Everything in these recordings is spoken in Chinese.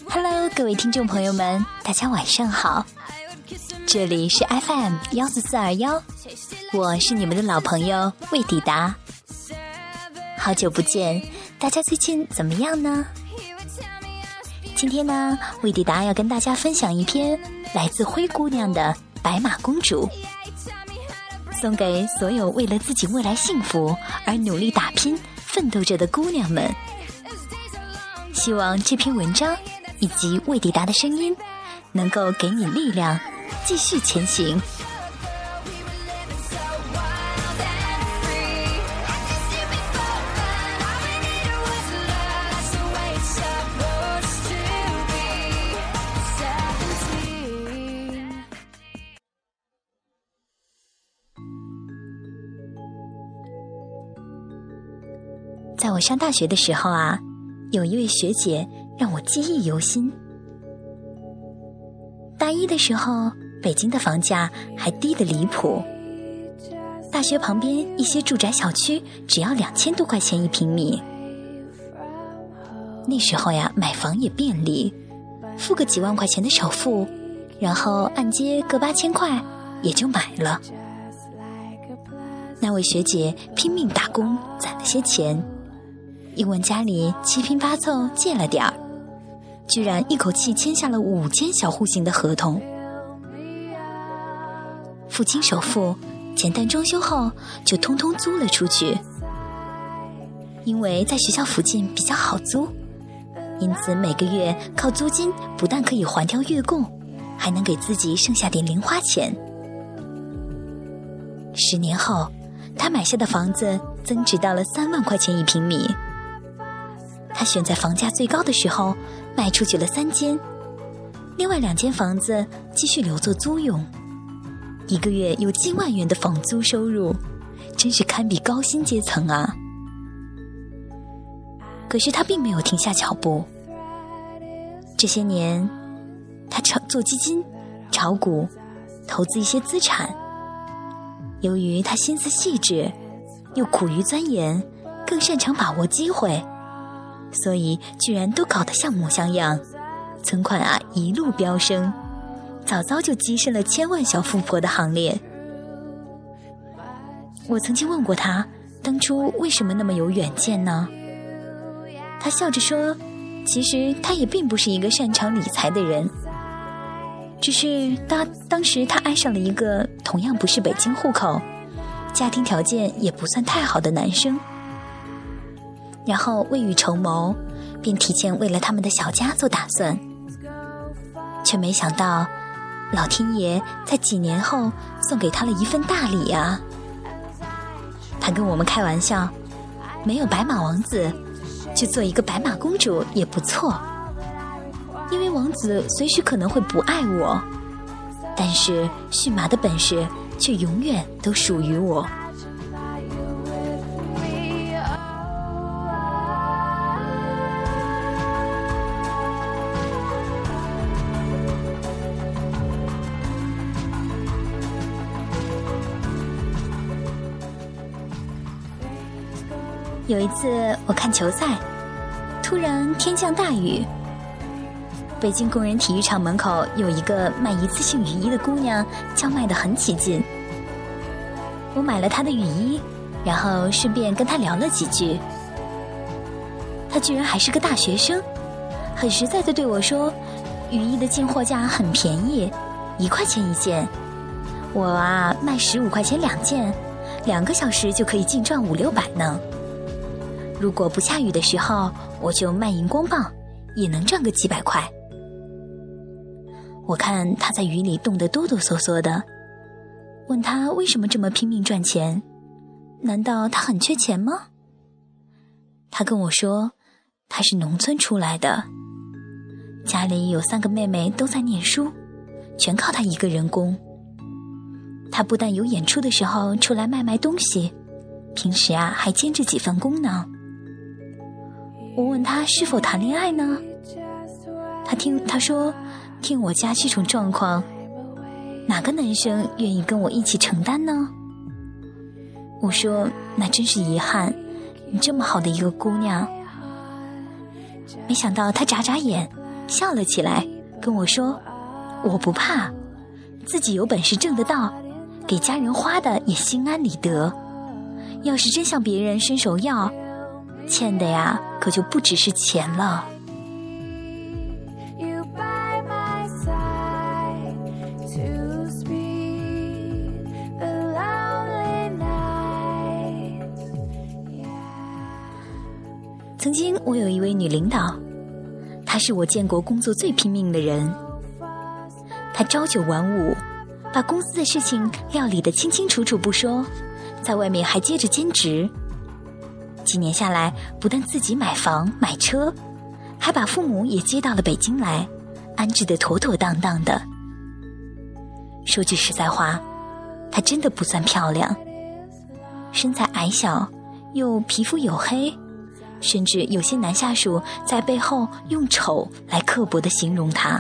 Hello， 各位听众朋友们，大家晚上好，这里是 FM14421，我是你们的老朋友魏抵达。好久不见，大家最近怎么样呢？今天呢，魏抵达要跟大家分享一篇来自灰姑娘的《白马公主》，送给所有为了自己未来幸福而努力打拼奋斗着的姑娘们。希望这篇文章以及魏抵达的声音能够给你力量，继续前行。在我上大学的时候啊，有一位学姐让我记忆犹新。大一的时候，北京的房价还低得离谱，大学旁边一些住宅小区只要2000多块钱一平米。那时候呀，买房也便利，付个几万块钱的首付，然后按揭个8000块也就买了。那位学姐拼命打工攒了些钱，一问家里七拼八凑借了点儿，居然一口气签下了5间小户型的合同。付清首付，简单装修后就通通租了出去。因为在学校附近比较好租，因此每个月靠租金不但可以还掉月供，还能给自己剩下点零花钱。10年后，他买下的房子增值到了3万块钱一平米。他选在房价最高的时候卖出去了3间，另外2间房子继续留作租用，一个月有近万元的房租收入，真是堪比高薪阶层啊。可是他并没有停下脚步，这些年他做基金、炒股、投资一些资产。由于他心思细致，又苦于钻研，更擅长把握机会，所以居然都搞得像模像样，存款啊一路飙升，早早就跻身了千万小富婆的行列。我曾经问过他，当初为什么那么有远见呢？他笑着说，其实他也并不是一个擅长理财的人，只是当时他爱上了一个同样不是北京户口，家庭条件也不算太好的男生，然后未雨绸缪，便提前为了他们的小家做打算，却没想到老天爷在几年后送给他了一份大礼啊。他跟我们开玩笑，没有白马王子，就做一个白马公主也不错，因为王子随时可能会不爱我，但是驯马的本事却永远都属于我。有一次我看球赛，突然天降大雨，北京工人体育场门口有一个卖一次性雨衣的姑娘叫卖得很起劲。我买了她的雨衣，然后顺便跟她聊了几句。她居然还是个大学生，很实在地对我说，雨衣的进货价很便宜，1块钱一件，我啊卖15块钱2件，2个小时就可以净赚500-600呢。如果不下雨的时候，我就卖荧光棒，也能赚个几百块。我看他在雨里冻得哆哆嗦嗦的，问他为什么这么拼命赚钱，难道他很缺钱吗？他跟我说，他是农村出来的，家里有3个妹妹都在念书，全靠他一个人供。他不但有演出的时候出来卖东西，平时啊还兼着几份工呢。我问他是否谈恋爱呢？他说听我家这种状况，哪个男生愿意跟我一起承担呢？我说那真是遗憾，你这么好的一个姑娘。没想到他眨眨眼， 笑了起来，跟我说：“我不怕，自己有本事挣得到，给家人花的也心安理得。要是真向别人伸手要，欠的呀，可就不只是钱了。”曾经我有一位女领导，她是我见过工作最拼命的人。她朝九晚五，把公司的事情料理得清清楚楚不说，在外面还接着兼职。几年下来，不但自己买房买车，还把父母也接到了北京来，安置得妥妥当当的。说句实在话，她真的不算漂亮，身材矮小，又皮肤黝黑，甚至有些男下属在背后用丑来刻薄地形容她。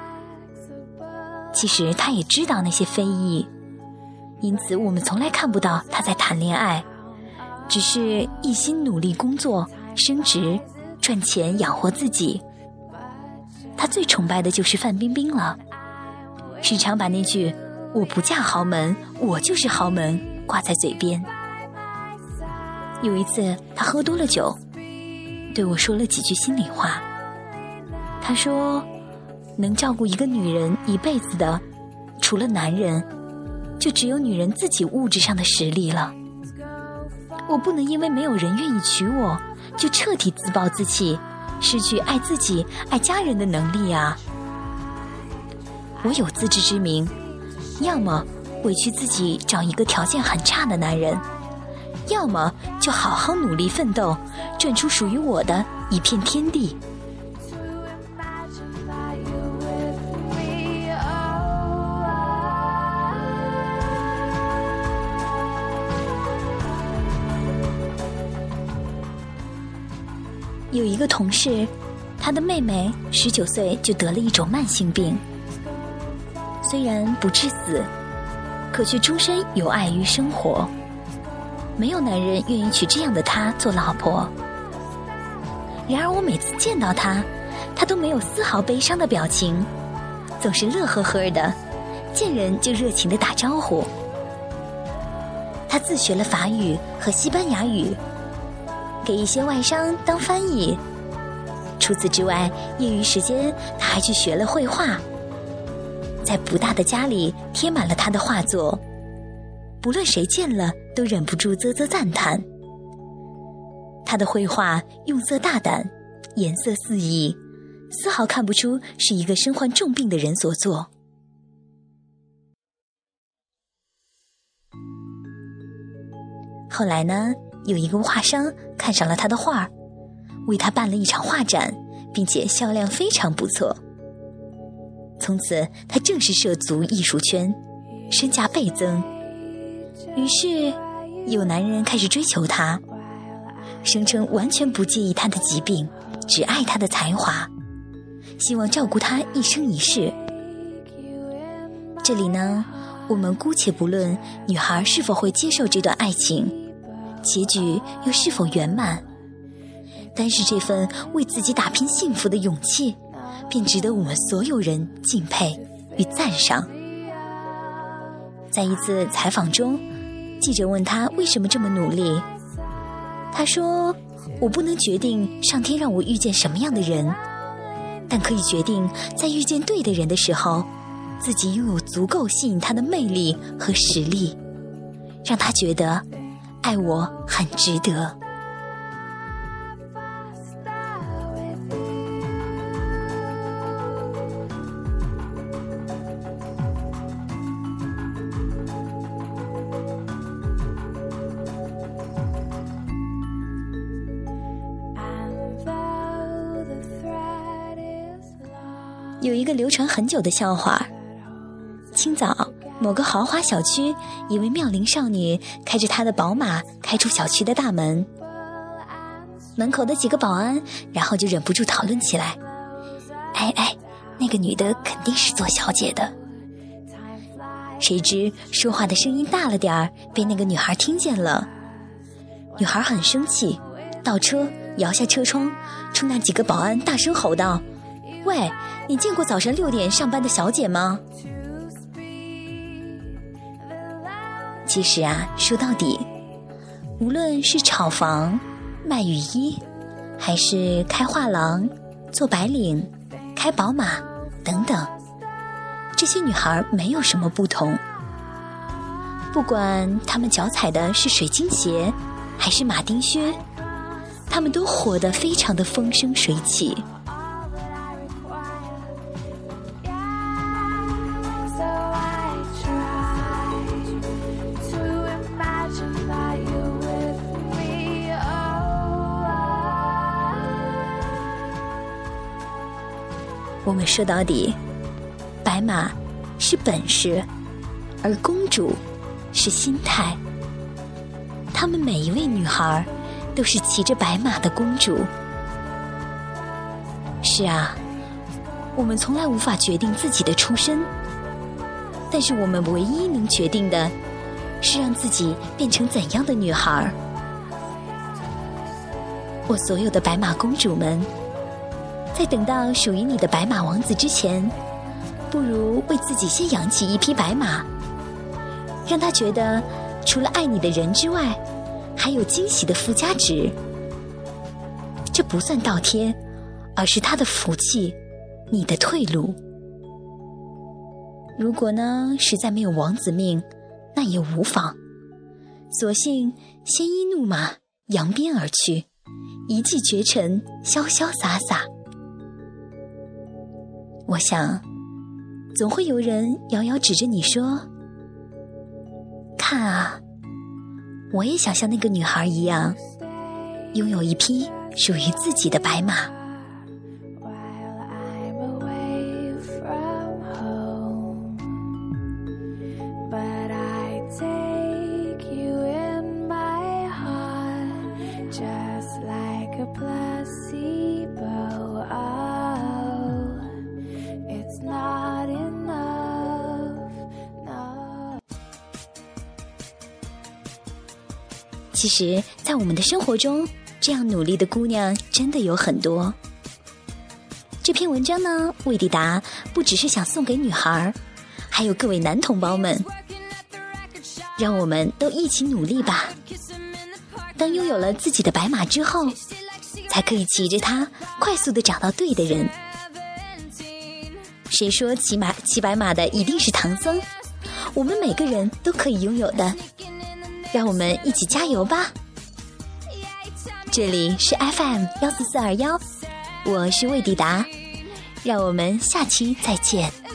其实她也知道那些非议，因此我们从来看不到她在谈恋爱，只是一心努力工作升职赚钱养活自己。她最崇拜的就是范冰冰了，时常把那句我不嫁豪门，我就是豪门挂在嘴边。有一次她喝多了酒，对我说了几句心里话。她说，能照顾一个女人一辈子的，除了男人，就只有女人自己物质上的实力了。我不能因为没有人愿意娶我，就彻底自暴自弃，失去爱自己爱家人的能力啊。我有自知之明，要么委屈自己找一个条件很差的男人，要么就好好努力奋斗，赚出属于我的一片天地。有一个同事，他的妹妹19岁就得了一种慢性病，虽然不致死，可却终身有碍于生活。没有男人愿意娶这样的她做老婆。然而我每次见到她，她都没有丝毫悲伤的表情，总是乐呵呵的，见人就热情地打招呼。她自学了法语和西班牙语，给一些外商当翻译。除此之外，业余时间她还去学了绘画，在不大的家里贴满了她的画作，不论谁见了都忍不住啧啧赞叹。他的绘画用色大胆，颜色肆意，丝毫看不出是一个身患重病的人所作。后来呢，有一个画商看上了他的画，为他办了一场画展，并且销量非常不错。从此他正式涉足艺术圈，身价倍增。于是有男人开始追求她，声称完全不介意她的疾病，只爱她的才华，希望照顾她一生一世。这里呢，我们姑且不论女孩是否会接受这段爱情，结局又是否圆满，但是这份为自己打拼幸福的勇气，便值得我们所有人敬佩与赞赏。在一次采访中，记者问他为什么这么努力，他说，我不能决定上天让我遇见什么样的人，但可以决定在遇见对的人的时候，自己拥有足够吸引他的魅力和实力，让他觉得爱我很值得。有一个流传很久的笑话，清早某个豪华小区，一位妙龄少女开着她的宝马开出小区的大门，门口的几个保安然后就忍不住讨论起来，哎，那个女的肯定是做小姐的。谁知说话的声音大了点儿，被那个女孩听见了。女孩很生气，倒车摇下车窗，冲那几个保安大声吼道， 喂，你见过早上6点上班的小姐吗？其实啊，说到底，无论是炒房、卖雨衣，还是开画廊、做白领、开宝马等等，这些女孩没有什么不同。不管她们脚踩的是水晶鞋还是马丁靴，她们都活得非常的风生水起。我们说到底，白马是本事，而公主是心态。她们每一位女孩都是骑着白马的公主。是啊，我们从来无法决定自己的出身，但是我们唯一能决定的是让自己变成怎样的女孩。我所有的白马公主们，在等到属于你的白马王子之前，不如为自己先养起一匹白马，让他觉得除了爱你的人之外，还有惊喜的附加值。这不算倒贴，而是他的福气，你的退路。如果呢，实在没有王子命，那也无妨，索性鲜衣怒马，扬鞭而去，一骑绝尘，潇潇洒洒。我想，总会有人遥遥指着你说：“看啊，我也想像那个女孩一样，拥有一匹属于自己的白马。”其实在我们的生活中，这样努力的姑娘真的有很多。这篇文章呢，魏迪达不只是想送给女孩，还有各位男同胞们，让我们都一起努力吧。当拥有了自己的白马之后，才可以骑着它快速地找到对的人。谁说骑白马的一定是唐僧？我们每个人都可以拥有的。让我们一起加油吧！这里是 FM14421，我是魏迪达，让我们下期再见。